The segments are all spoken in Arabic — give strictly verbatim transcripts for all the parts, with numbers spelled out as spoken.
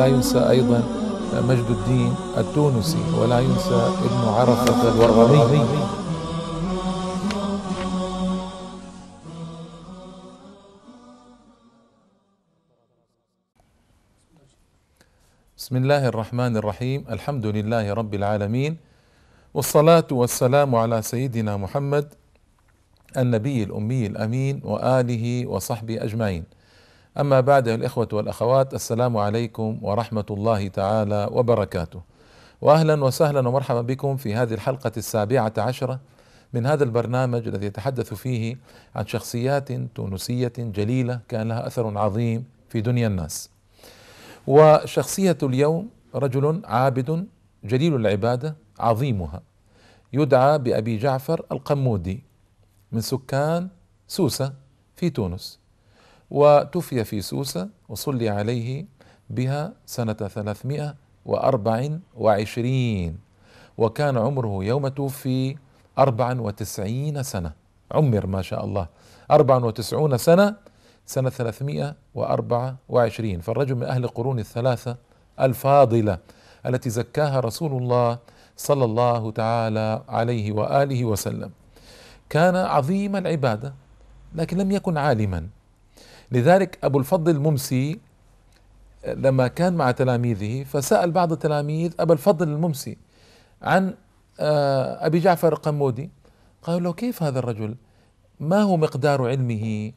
ولا ينسى أيضا مجد الدين التونسي، ولا ينسى ابن عرفة الورغمي. بسم الله الرحمن الرحيم. الحمد لله رب العالمين، والصلاة والسلام على سيدنا محمد النبي الأمي الأمين وآله وصحبه أجمعين. أما بعد، الإخوة والأخوات، السلام عليكم ورحمة الله تعالى وبركاته، وأهلا وسهلا ومرحبا بكم في هذه الحلقة السابعة عشرة من هذا البرنامج الذي يتحدث فيه عن شخصيات تونسية جليلة كان لها أثر عظيم في دنيا الناس. وشخصية اليوم رجل عابد جليل العبادة عظيمها، يدعى بأبي جعفر القمودي، من سكان سوسة في تونس، وتوفي في سوسة وصلي عليه بها سنة ثلاثمائة وأربع وعشرين، وكان عمره يوم توفي أربعا وتسعين سنة. عمر ما شاء الله أربعا وتسعون سنة سنة ثلاثمائة وأربعة وعشرين. فالرجل من أهل القرون الثلاثة الفاضلة التي زكاها رسول الله صلى الله تعالى عليه وآله وسلم. كان عظيم العبادة لكن لم يكن عالما، لذلك أبو الفضل الممسي لما كان مع تلاميذه فسأل بعض التلاميذ أبا الفضل الممسي عن أبي جعفر القمودي، قالوا له كيف هذا الرجل، ما هو مقدار علمه؟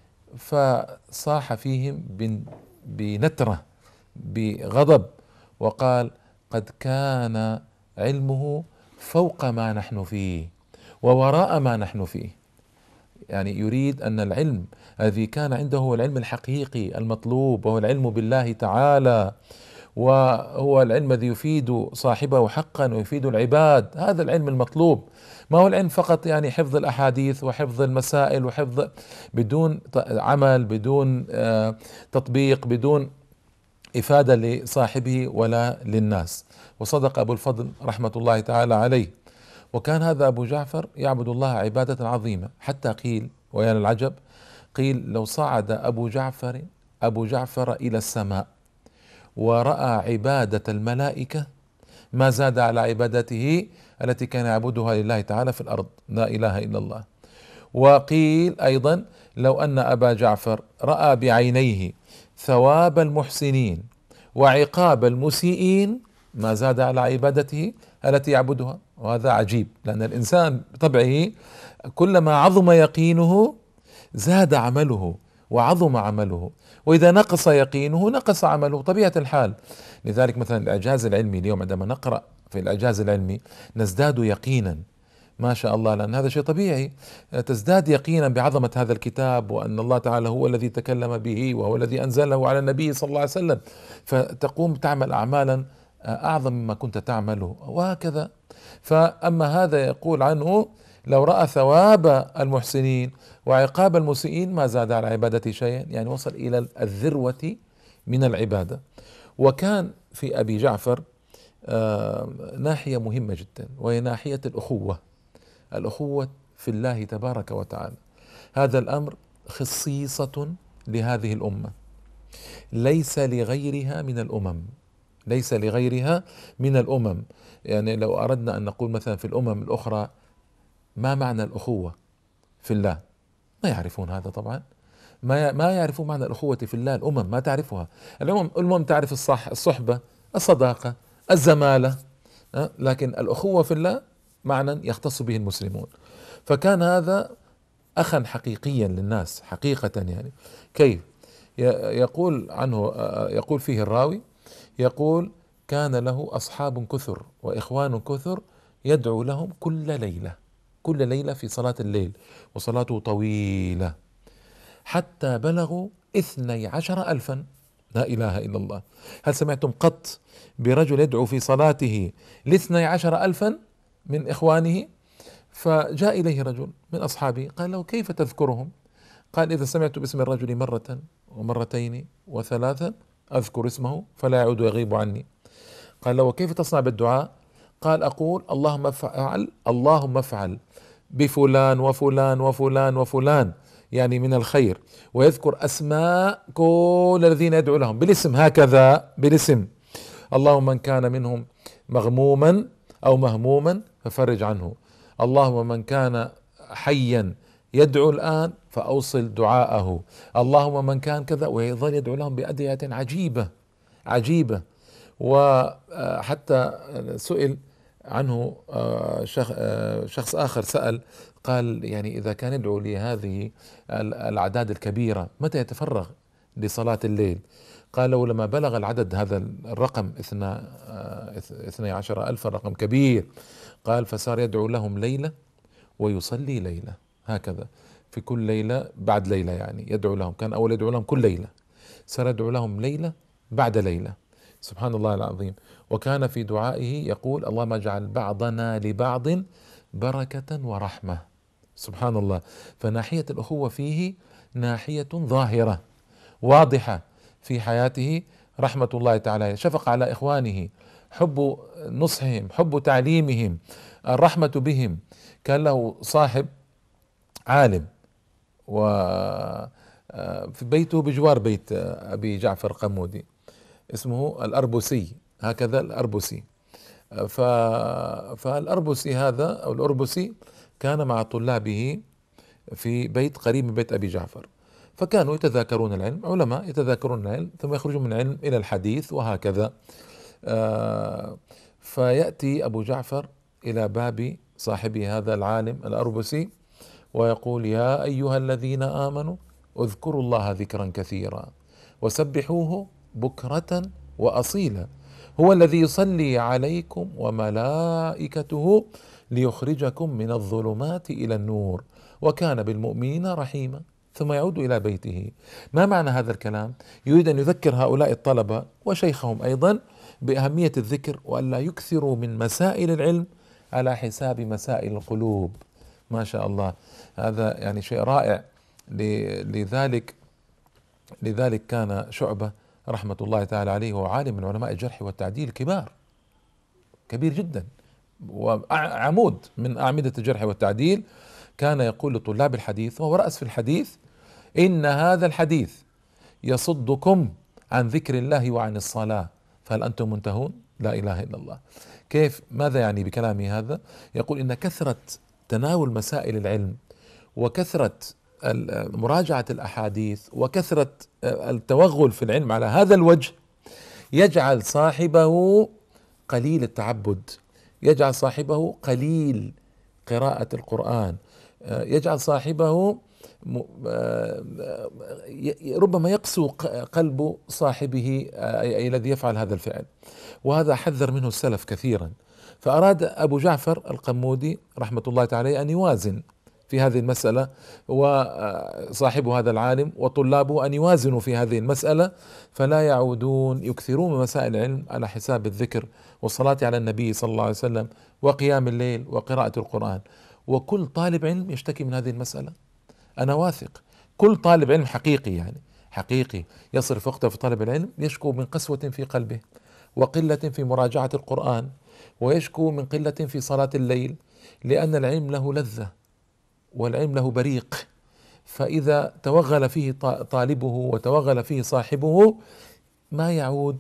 فصاح فيهم بنترة بغضب وقال قد كان علمه فوق ما نحن فيه ووراء ما نحن فيه. يعني يريد أن العلم الذي كان عنده هو العلم الحقيقي المطلوب، وهو العلم بالله تعالى، وهو العلم الذي يفيد صاحبه حقا ويفيد العباد. هذا العلم المطلوب، ما هو العلم فقط يعني حفظ الأحاديث وحفظ المسائل وحفظ بدون عمل، بدون تطبيق، بدون إفادة لصاحبه ولا للناس. وصدق أبو الفضل رحمة الله تعالى عليه. وكان هذا أبو جعفر يعبد الله عبادة عظيمة، حتى قيل ويا العجب، قيل لو صعد أبو جعفر أبو جعفر إلى السماء ورأى عبادة الملائكة ما زاد على عبادته التي كان يعبدها لله تعالى في الأرض، لا إله إلا الله. وقيل أيضا لو أن أبا جعفر رأى بعينيه ثواب المحسنين وعقاب المسيئين ما زاد على عبادته التي يعبدها. وهذا عجيب، لأن الإنسان بطبعه كلما عظم يقينه زاد عمله وعظم عمله، وإذا نقص يقينه نقص عمله، طبيعة الحال. لذلك مثلا الإعجاز العلمي اليوم عندما نقرأ في الإعجاز العلمي نزداد يقينا ما شاء الله، لأن هذا شيء طبيعي، تزداد يقينا بعظمة هذا الكتاب، وأن الله تعالى هو الذي تكلم به وهو الذي أنزله على النبي صلى الله عليه وسلم، فتقوم تعمل أعمالا أعظم مما كنت تعمله، وهكذا. فأما هذا يقول عنه لو رأى ثواب المحسنين وعقاب المسيئين ما زاد على عبادته شيئا، يعني وصل إلى الذروة من العبادة. وكان في أبي جعفر ناحية مهمة جدا، وهي ناحية الأخوة، الأخوة في الله تبارك وتعالى. هذا الأمر خصيصة لهذه الأمة، ليس لغيرها من الأمم، ليس لغيرها من الأمم. يعني لو أردنا أن نقول مثلا في الأمم الأخرى ما معنى الأخوة في الله، ما يعرفون هذا طبعا، ما ما يعرفون معنى الأخوة في الله. الأمم ما تعرفها، الأمم الأمم تعرف الصح الصحبة، الصداقة، الزمالة، لكن الأخوة في الله معنى يختص به المسلمون. فكان هذا أخا حقيقيا للناس حقيقة. يعني كيف؟ يقول عنه، يقول فيه الراوي، يقول كان له أصحاب كثر وإخوان كثر يدعو لهم كل ليلة، كل ليلة في صلاة الليل، وصلاته طويلة حتى بلغوا اثني عشر ألفا. لا إله إلا الله. هل سمعتم قط برجل يدعو في صلاته لاثني عشر ألفا من إخوانه؟ فجاء إليه رجل من أصحابه قال له كيف تذكرهم؟ قال إذا سمعت باسم الرجل مرة ومرتين وثلاثا أذكر اسمه فلا يعود يغيب عني. قال له وكيف تصنع بالدعاء؟ قال أقول اللهم افعل اللهم افعل بفلان وفلان وفلان وفلان يعني من الخير، ويذكر أسماء كل الذين يدعو لهم بالاسم، هكذا بالاسم. اللهم من كان منهم مغموما أو مهموما ففرج عنه، اللهم من كان حيا يدعو الآن فأوصل دعاءه، اللهم من كان كذا، ويظل يدعو لهم بأدعية عجيبة عجيبة. وحتى سئل عنه شخص آخر، سأل قال يعني إذا كان يدعو لهذه الأعداد الكبيرة متى يتفرغ لصلاة الليل؟ قال لو لما بلغ العدد هذا الرقم اثني عشر ألف، رقم كبير، قال فصار يدعو لهم ليلة ويصلي ليلة، هكذا في كل ليلة بعد ليلة، يعني يدعو لهم، كان أول يدعو لهم كل ليلة، صار يدعو لهم ليلة بعد ليلة، سبحان الله العظيم. وكان في دعائه يقول اللهم اجعل بعضنا لبعض بركة ورحمة، سبحان الله. فناحية الأخوة فيه ناحية ظاهرة واضحة في حياته، رحمة الله تعالى، شفق على إخوانه، حب نصحهم، حب تعليمهم، الرحمة بهم. كان له صاحب عالم، وفي بيته بجوار بيت أبي جعفر قمودي، اسمه الأربسي، هكذا الأربسي. ف... فالأربسي هذا أو الأربسي كان مع طلابه في بيت قريب من بيت أبي جعفر، فكانوا يتذاكرون العلم، علماء يتذاكرون العلم ثم يخرجون من العلم إلى الحديث وهكذا. آه فيأتي أبو جعفر إلى باب صاحبه هذا العالم الأربسي ويقول يا أيها الذين آمنوا اذكروا الله ذكرا كثيرا وسبحوه بكرة وأصيلا هو الذي يصلي عليكم وملائكته ليخرجكم من الظلمات إلى النور وكان بالمؤمنين رحيما. ثم يعود إلى بيته. ما معنى هذا الكلام؟ يريد أن يذكر هؤلاء الطلبة وشيخهم أيضا بأهمية الذكر، وألا يكثروا من مسائل العلم على حساب مسائل القلوب. ما شاء الله، هذا يعني شيء رائع. لذلك لذلك كان شعبة رحمة الله تعالى عليه هو عالم من علماء الجرح والتعديل كبار، كبير جدا، وعمود من أعمدة الجرح والتعديل. كان يقول لطلاب الحديث وهو رأس في الحديث إن هذا الحديث يصدكم عن ذكر الله وعن الصلاة فهل أنتم منتهون؟ لا إله إلا الله. كيف؟ ماذا يعني بكلامي هذا؟ يقول إن كثرة تناول مسائل العلم وكثرة مراجعة الأحاديث وكثرة التوغل في العلم على هذا الوجه يجعل صاحبه قليل التعبد، يجعل صاحبه قليل قراءة القرآن، يجعل صاحبه ربما يقسو قلب صاحبه أي الذي يفعل هذا الفعل. وهذا حذر منه السلف كثيرا. فأراد أبو جعفر القمودي رحمة الله تعالى أن يوازن في هذه المسألة، وصاحب هذا العالم وطلابه أن يوازنوا في هذه المسألة، فلا يعودون يكثرون من مسائل العلم على حساب الذكر والصلاة على النبي صلى الله عليه وسلم وقيام الليل وقراءة القرآن. وكل طالب علم يشتكي من هذه المسألة، أنا واثق كل طالب علم حقيقي يعني حقيقي يصرف وقته في طلب العلم يشكو من قسوة في قلبه وقلة في مراجعة القرآن، ويشكو من قلة في صلاة الليل، لأن العلم له لذة والعلم له بريق، فإذا توغل فيه طالبه وتوغل فيه صاحبه ما يعود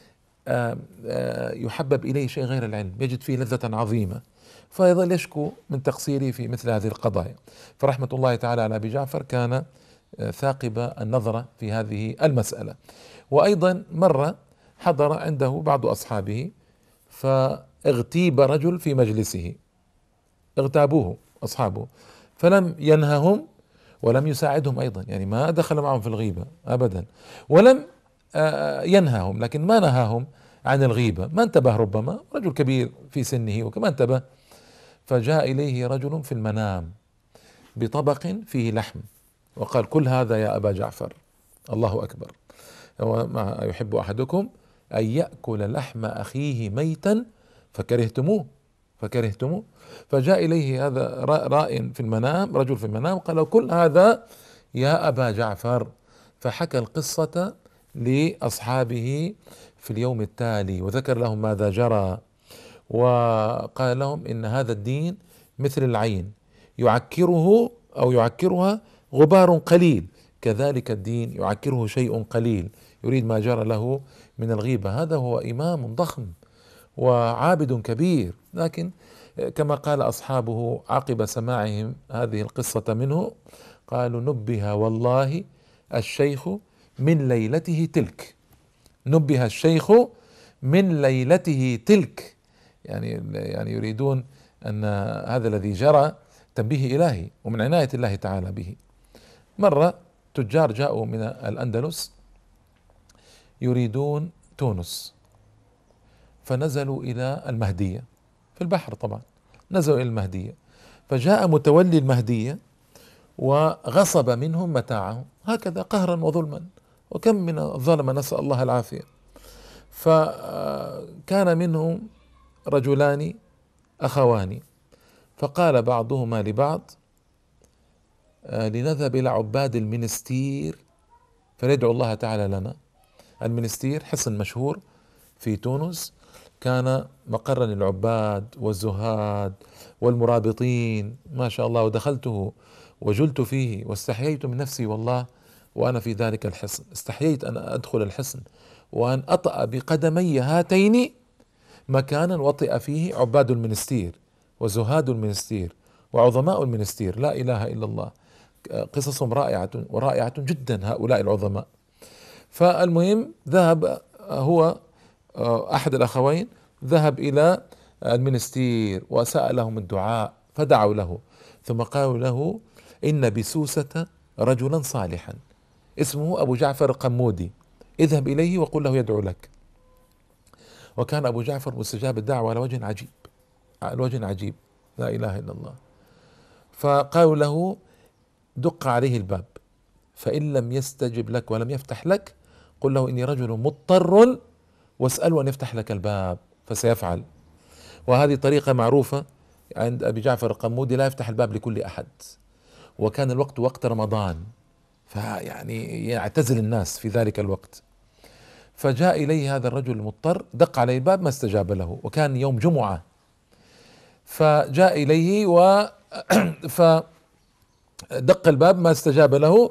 يحبب إليه شيء غير العلم، يجد فيه لذة عظيمة، فيظل يشكو من تقصيره في مثل هذه القضايا. فرحمة الله تعالى على أبي جعفر كان ثاقب النظرة في هذه المسألة. وأيضا مرة حضر عنده بعض أصحابه فاغتيب رجل في مجلسه، اغتابوه أصحابه، فلم ينههم ولم يساعدهم أيضا، يعني ما دخل معهم في الغيبة أبدا، ولم ينهاهم، لكن ما نهاهم عن الغيبة، ما انتبه، ربما رجل كبير في سنه وكما انتبه. فجاء إليه رجل في المنام بطبق فيه لحم وقال كل هذا يا أبا جعفر. الله أكبر. وما يحب أحدكم أن يأكل لحم أخيه ميتا فكرهتموه فكرهتموه فجاء إليه هذا راء في المنام، رجل في المنام، قال كل هذا يا أبا جعفر. فحكى القصة لأصحابه في اليوم التالي وذكر لهم ماذا جرى، وقال لهم إن هذا الدين مثل العين يعكره أو يعكرها غبار قليل، كذلك الدين يعكره شيء قليل، يريد ما جرى له من الغيبة. هذا هو إمام ضخم وعابد كبير، لكن كما قال أصحابه عقب سماعهم هذه القصة منه، قالوا: نبه والله الشيخ من ليلته تلك. نبه الشيخ من ليلته تلك، يعني يعني يريدون أن هذا الذي جرى تنبيه إلهي ومن عناية الله تعالى به. مرة تجار جاءوا من الأندلس يريدون تونس، فنزلوا إلى المهدية في البحر، طبعا نزلوا إلى المهدية، فجاء متولي المهدية وغصب منهم متاعهم هكذا قهرا وظلما، وكم من الظلم، نسأل الله العافية. فكان منهم رجلان أخوان، فقال بعضهما لبعض: لنذهب إلى عباد المنستير فندعو الله تعالى لنا. المنستير حصن مشهور في تونس، كان مقرا للعباد والزهاد والمرابطين ما شاء الله، ودخلته وجلت فيه واستحييت من نفسي والله وأنا في ذلك الحصن، استحييت أن أدخل الحصن وأن أطأ بقدمي هاتين مكانا وطئ فيه عباد المنستير وزهاد المنستير وعظماء المنستير، لا إله إلا الله. قصصهم رائعة ورائعة جدا هؤلاء العظماء. فالمهم ذهب هو أحد الأخوين، ذهب إلى المنستير وسألهم الدعاء، فدعوا له، ثم قالوا له: إن بسوسة رجلا صالحا اسمه أبو جعفر القمودي، اذهب إليه وقل له يدعو لك. وكان أبو جعفر مستجاب الدعوة على وجه عجيب، على وجه عجيب، لا إله إلا الله. فقالوا له: دق عليه الباب، فإن لم يستجب لك ولم يفتح لك قل له: إني رجل مضطر واسأله أن يفتح لك الباب فسيفعل. وهذه طريقة معروفة عند أبي جعفر القمودي، لا يفتح الباب لكل أحد، وكان الوقت وقت رمضان، فيعني يعتزل الناس في ذلك الوقت. فجاء إليه هذا الرجل المضطر، دق عليه الباب ما استجاب له، وكان يوم جمعة، فجاء إليه و فدق الباب ما استجاب له،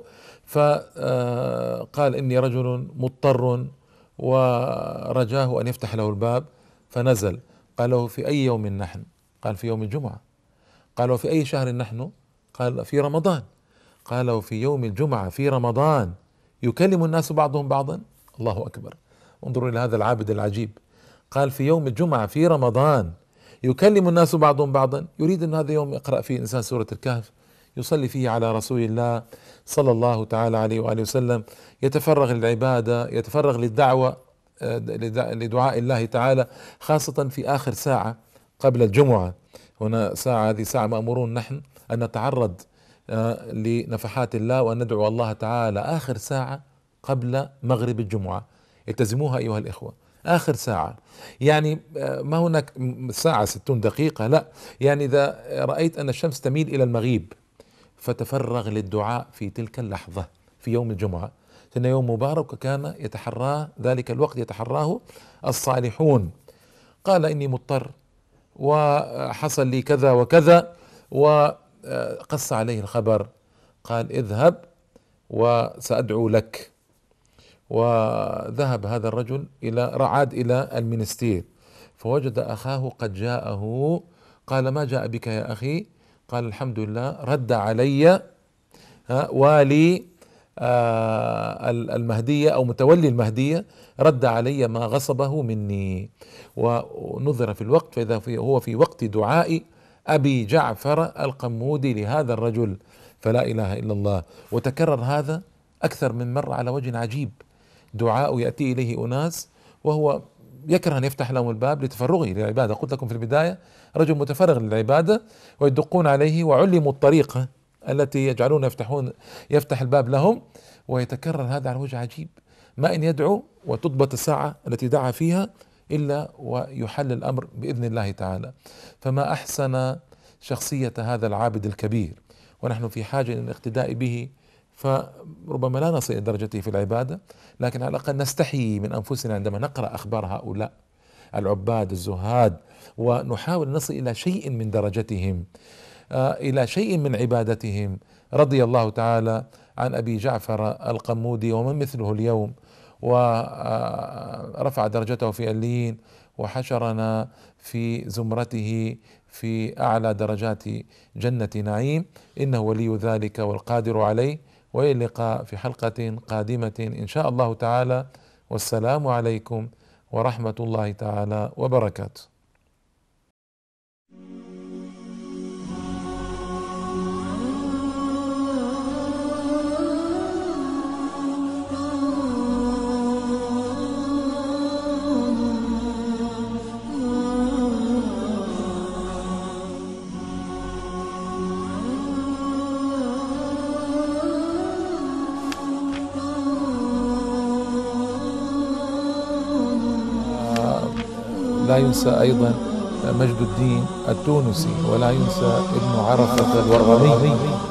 فقال: إني رجل مضطر، ورجاه أن يفتح له الباب. فنزل، قال له: في أي يوم نحن؟ قال: في يوم الجمعة. قال: وفي أي شهر نحن؟ قال: في رمضان. قال: في يوم الجمعة في رمضان يكلم الناس بعضهم بعضا؟ الله أكبر، انظروا إلى هذا العابد العجيب. قال: في يوم الجمعة في رمضان يكلم الناس بعضهم بعضا، يريد أن هذا يوم يقرأ فيه الإنسان سورة الكهف، يصلي فيه على رسول الله صلى الله تعالى عليه وآله وسلم، يتفرغ للعبادة، يتفرغ للدعوة، لدعاء الله تعالى، خاصة في آخر ساعة قبل الجمعة. هنا ساعة، هذه ساعة مأمورون نحن أن نتعرض لنفحات الله وأن ندعو الله تعالى آخر ساعة قبل مغرب الجمعة. التزموها أيها الإخوة، آخر ساعة، يعني ما هناك ساعة ستون دقيقة، لا، يعني إذا رأيت أن الشمس تميل إلى المغيب فتفرغ للدعاء في تلك اللحظة في يوم الجمعة، إنه يوم مبارك وكان يتحراه ذلك الوقت، يتحراه الصالحون. قال: إني مضطر وحصل لي كذا وكذا، وقص عليه الخبر. قال: اذهب وسأدعو لك. وذهب هذا الرجل إلى رعاد إلى المنستير، فوجد أخاه قد جاءه. قال: ما جاء بك يا أخي؟ قال: الحمد لله، رد علي والي المهدية أو متولي المهدية، رد علي ما غصبه مني. ونظر في الوقت فإذا هو في وقت دعاء أبي جعفر القمودي لهذا الرجل، فلا إله إلا الله. وتكرر هذا أكثر من مرة على وجه عجيب، دعاء يأتي إليه أناس وهو يكره أن يفتح لهم الباب لتفرغه للعبادة. قلت لكم في البداية رجل متفرغ للعبادة، ويدقون عليه وعلموا الطريقة التي يجعلون يفتحون يفتح الباب لهم، ويتكرر هذا على وجه عجيب. ما إن يدعو وتضبط الساعة التي دعا فيها إلا ويحل الأمر بإذن الله تعالى. فما أحسن شخصية هذا العابد الكبير، ونحن في حاجة إلى الاقتداء به. فربما لا نصل إلى درجته في العبادة، لكن على الأقل نستحي من أنفسنا عندما نقرأ أخبار هؤلاء العباد الزهاد، ونحاول نصل إلى شيء من درجتهم. إلى شيء من عبادتهم. رضي الله تعالى عن أبي جعفر القمودي ومن مثله اليوم، ورفع درجته في عليين، وحشرنا في زمرته في أعلى درجات جنة نعيم، إنه ولي ذلك والقادر عليه. وإلى اللقاء في حلقة قادمة إن شاء الله تعالى، والسلام عليكم ورحمة الله تعالى وبركاته. لا ينسى أيضا مجد الدين التونسي، ولا ينسى ابن عرفة الورغمي.